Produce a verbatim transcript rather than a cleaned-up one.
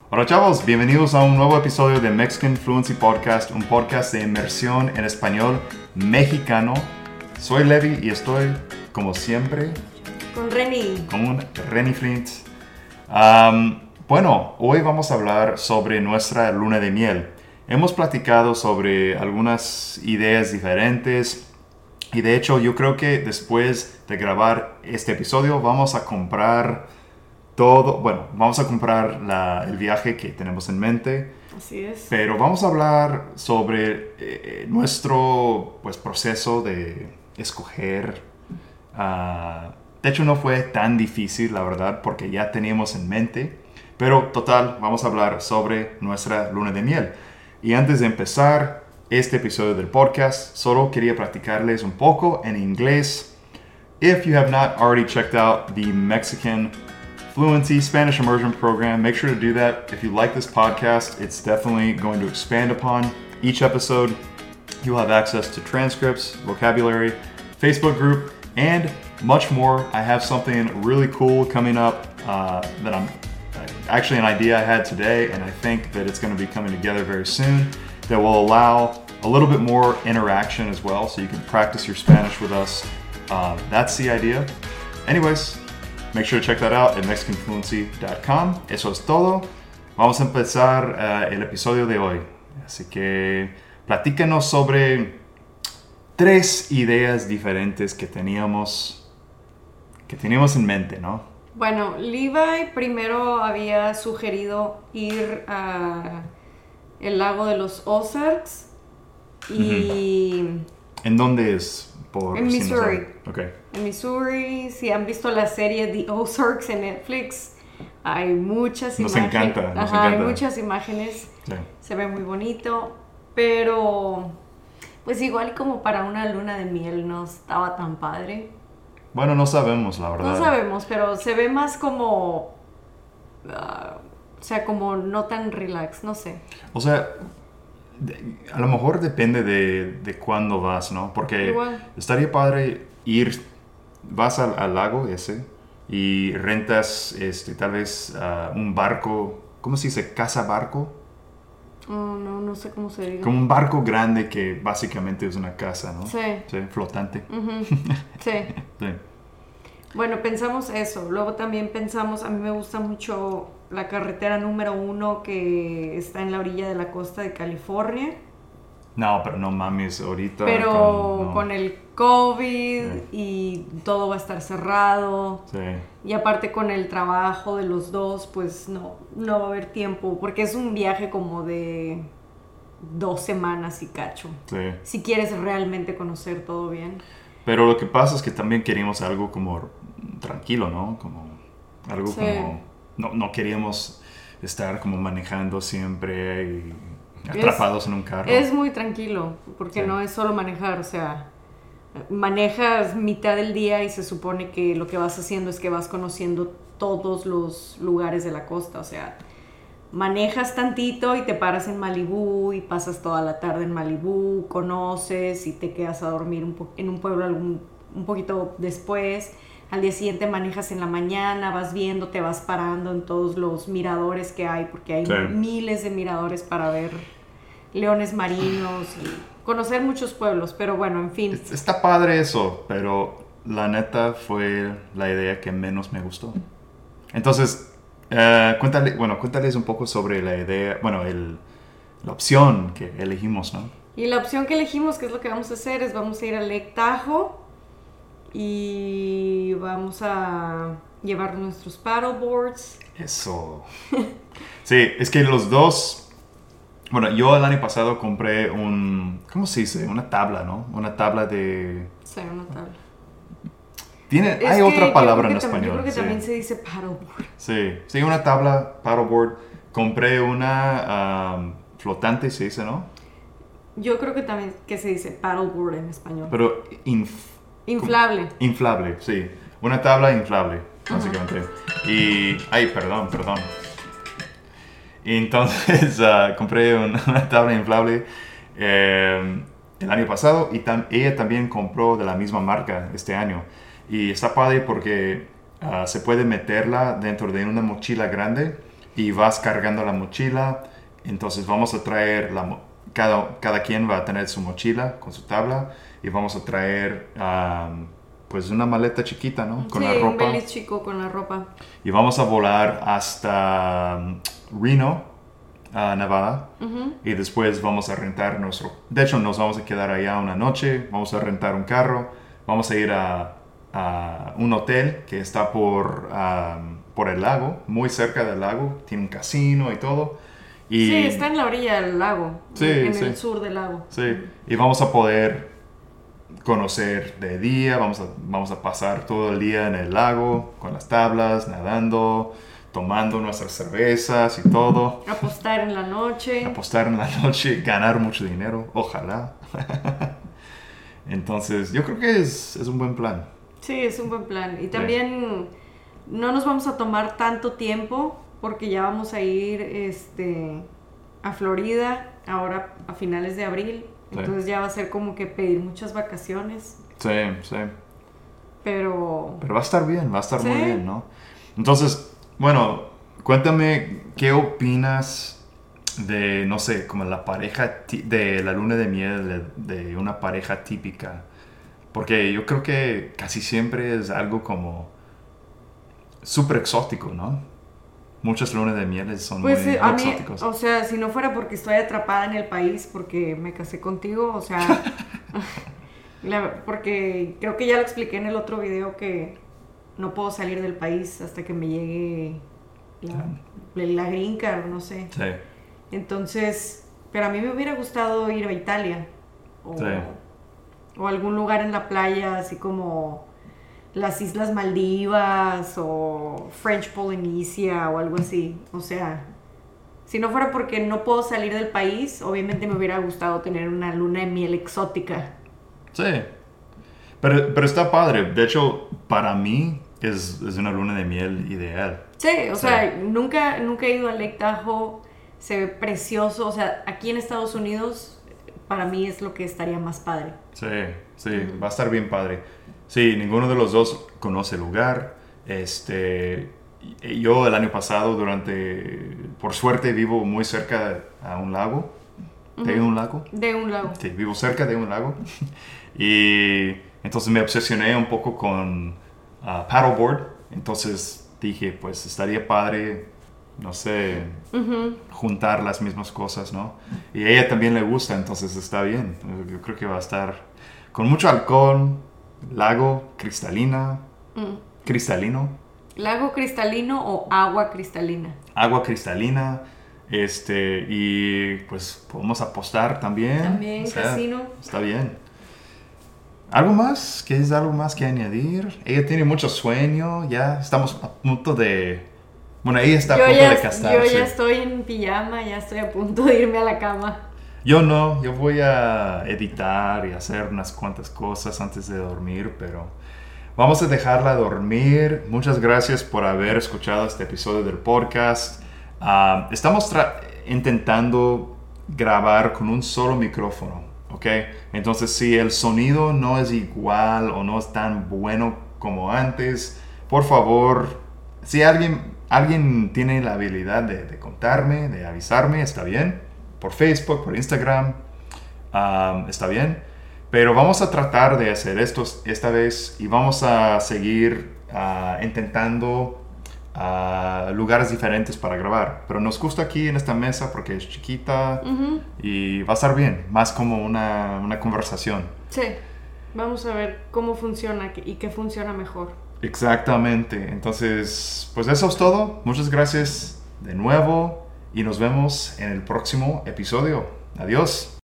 Hola chavos, bienvenidos a un nuevo episodio de Mexican Fluency Podcast, un podcast de inmersión en español mexicano. Soy Levi y estoy, como siempre, con Reni. Con Reni Flint. Um, bueno, hoy vamos a hablar sobre nuestra luna de miel. Hemos platicado sobre algunas ideas diferentes y de hecho yo creo que después de grabar este episodio vamos a comprar todo, bueno, vamos a comprar la, el viaje que tenemos en mente. Así es. Pero vamos a hablar sobre eh, nuestro pues, proceso de escoger. Uh, de hecho no fue tan difícil, la verdad, porque ya teníamos en mente. Pero total, vamos a hablar sobre nuestra luna de miel. Y antes de empezar este episodio del podcast, solo quería practicarles un poco en inglés. If you have not already checked out the Mexican Fluency Spanish Immersion Program, make sure to do that. If you like this podcast, it's definitely going to expand upon each episode. You'll have access to transcripts, vocabulary, Facebook group, and much more. I have something really cool coming up uh, that I'm actually an idea I had today, and I think that it's going to be coming together very soon that will allow a little bit more interaction as well, so you can practice your Spanish with us. Uh, that's the idea. Anyways, make sure to check that out at mexican fluency dot com. Eso es todo. Vamos a empezar uh, el episodio de hoy. Así que platícanos sobre tres ideas diferentes que teníamos, que teníamos en mente, ¿no? Bueno, Levi primero había sugerido ir a el lago de los Ozarks y... Uh-huh. ¿En dónde es? Por en Missouri. No okay. En Missouri, si han visto la serie The Ozarks en Netflix, hay muchas nos imágenes. Encanta, nos Ajá, encanta. Hay muchas imágenes. Sí. Se ve muy bonito, pero pues igual como para una luna de miel no estaba tan padre. Bueno, no sabemos, la verdad. No sabemos, pero se ve más como, uh, o sea, como no tan relax, no sé. O sea, de, a lo mejor depende de, de cuándo vas, ¿no? Porque igual. Estaría padre ir, vas al, al lago ese y rentas este, tal vez uh, un barco, ¿cómo se dice? ¿Casa barco? Oh, no, no sé cómo se diga. Como un barco grande que básicamente es una casa, ¿no? Sí. Sí, flotante. Uh-huh. Sí. Sí. Bueno, pensamos eso. Luego también pensamos, a mí me gusta mucho la carretera número uno que está en la orilla de la costa de California. No, pero no mames, ahorita. Pero con, no. con el COVID sí. y todo va a estar cerrado. Sí. Y aparte con el trabajo de los dos, pues no, no va a haber tiempo. Porque es un viaje como de dos semanas y cacho. Sí. Si quieres realmente conocer todo bien. Pero lo que pasa es que también queríamos algo como tranquilo, ¿no? Como algo sí. como... No, no queríamos estar como manejando siempre y atrapados es, en un carro. Es muy tranquilo, porque sí. No es solo manejar, o sea, manejas mitad del día y se supone que lo que vas haciendo es que vas conociendo todos los lugares de la costa, o sea, manejas tantito y te paras en Malibú y pasas toda la tarde en Malibú, conoces y te quedas a dormir un po- en un pueblo algún, un poquito después. Al día siguiente manejas en la mañana, vas viendo, te vas parando en todos los miradores que hay, porque hay sí. miles de miradores para ver leones marinos y conocer muchos pueblos, pero bueno, en fin. Está padre eso, pero la neta fue la idea que menos me gustó. Entonces, uh, cuéntale, bueno, cuéntales un poco sobre la idea, bueno, el, la opción que elegimos, ¿no? Y la opción que elegimos, que es lo que vamos a hacer, es vamos a ir a Lake Tahoe y vamos a llevar nuestros paddleboards. Eso. Sí, es que los dos... Bueno, yo el año pasado compré un... ¿Cómo se dice? Una tabla, ¿no? Una tabla de... Sí, una tabla. Tiene, es hay otra palabra en tam- español. Yo creo que sí. también se dice paddleboard. Sí, sí, una tabla, paddleboard. Compré una um, flotante, se dice, ¿no? Yo creo que también que se dice paddleboard en español. Pero... Inf- Inflable. Inflable, sí. Una tabla inflable, básicamente. Uh-huh. Y... Ay, perdón, perdón. Y entonces uh, compré una, una tabla inflable eh, el año pasado y tam- ella también compró de la misma marca este año. Y está padre porque uh, se puede meterla dentro de una mochila grande y vas cargando la mochila. Entonces vamos a traer, la, cada, cada quien va a tener su mochila con su tabla y vamos a traer um, pues una maleta chiquita, ¿no? Con sí, la ropa. un belis chico con la ropa. Y vamos a volar hasta um, Reno, uh, Nevada. Uh-huh. Y después vamos a rentar nuestro... De hecho, nos vamos a quedar allá una noche. Vamos a rentar un carro. Vamos a ir a, a un hotel que está por, um, por el lago, muy cerca del lago. Tiene un casino y todo. Y, sí, está en la orilla del lago. Sí, en sí. el sur del lago. Sí, y vamos a poder conocer de día, vamos a, vamos a pasar todo el día en el lago, con las tablas, nadando, tomando nuestras cervezas y todo. Apostar en la noche. Apostar en la noche, ganar mucho dinero, ojalá. Entonces, yo creo que es, es un buen plan. Sí, es un buen plan. Y también sí. no nos vamos a tomar tanto tiempo porque ya vamos a ir este, a Florida ahora a finales de abril. Sí. Entonces ya va a ser como que pedir muchas vacaciones. Sí, sí. Pero... Pero va a estar bien, va a estar sí. muy bien, ¿no? Entonces, bueno, cuéntame qué opinas de, no sé, como la pareja, de la luna de miel de, de una pareja típica. Porque yo creo que casi siempre es algo como súper exótico, ¿no? Muchas lunas de miel son pues, muy, a muy mí, exóticos. O sea, si no fuera porque estoy atrapada en el país, porque me casé contigo, o sea, la, porque creo que ya lo expliqué en el otro video que no puedo salir del país hasta que me llegue la, la green card, no sé. Sí. Entonces, pero a mí me hubiera gustado ir a Italia o, sí. o algún lugar en la playa, así como las Islas Maldivas o French Polinesia o algo así. O sea, si no fuera porque no puedo salir del país, obviamente me hubiera gustado tener una luna de miel exótica. Sí, pero, pero está padre. De hecho, para mí es, es una luna de miel ideal. Sí, o sí. sea, nunca, nunca he ido a Lake Tahoe. Se ve precioso. O sea, aquí en Estados Unidos, para mí es lo que estaría más padre. Sí, sí, uh-huh. va a estar bien padre. Sí, ninguno de los dos conoce el lugar. Este, yo el año pasado, durante, por suerte, vivo muy cerca a un lago. ¿De uh-huh. un lago? De un lago. Sí, vivo cerca de un lago. Y entonces me obsesioné un poco con uh, paddleboard. Entonces dije, pues estaría padre, no sé, uh-huh. juntar las mismas cosas, ¿no? Y a ella también le gusta, entonces está bien. Yo creo que va a estar con mucho alcohol. Lago cristalina, mm. cristalino. ¿Lago cristalino o agua cristalina? Agua cristalina, este, y pues podemos apostar también. También, o sea, casino. Está bien. ¿Algo más? ¿Qué es algo más que añadir? Ella tiene mucho sueño, ya estamos a punto de... Bueno, ella está yo a punto ya, de casarse. Yo ya estoy en pijama, ya estoy a punto de irme a la cama. Yo no, yo voy a editar y hacer unas cuantas cosas antes de dormir, pero vamos a dejarla dormir. Muchas gracias por haber escuchado este episodio del podcast. Uh, estamos tra- intentando grabar con un solo micrófono, ¿ok? Entonces, si el sonido no es igual o no es tan bueno como antes, por favor, si alguien, alguien tiene la habilidad de, de contarme, de avisarme, está bien. Por Facebook, por Instagram, um, está bien. Pero vamos a tratar de hacer esto esta vez y vamos a seguir uh, intentando uh, lugares diferentes para grabar. Pero nos gusta aquí en esta mesa porque es chiquita uh-huh. y va a estar bien, más como una, una conversación. Sí, vamos a ver cómo funciona y qué funciona mejor. Exactamente. Entonces, pues eso es todo. Muchas gracias de nuevo. Y nos vemos en el próximo episodio. Adiós.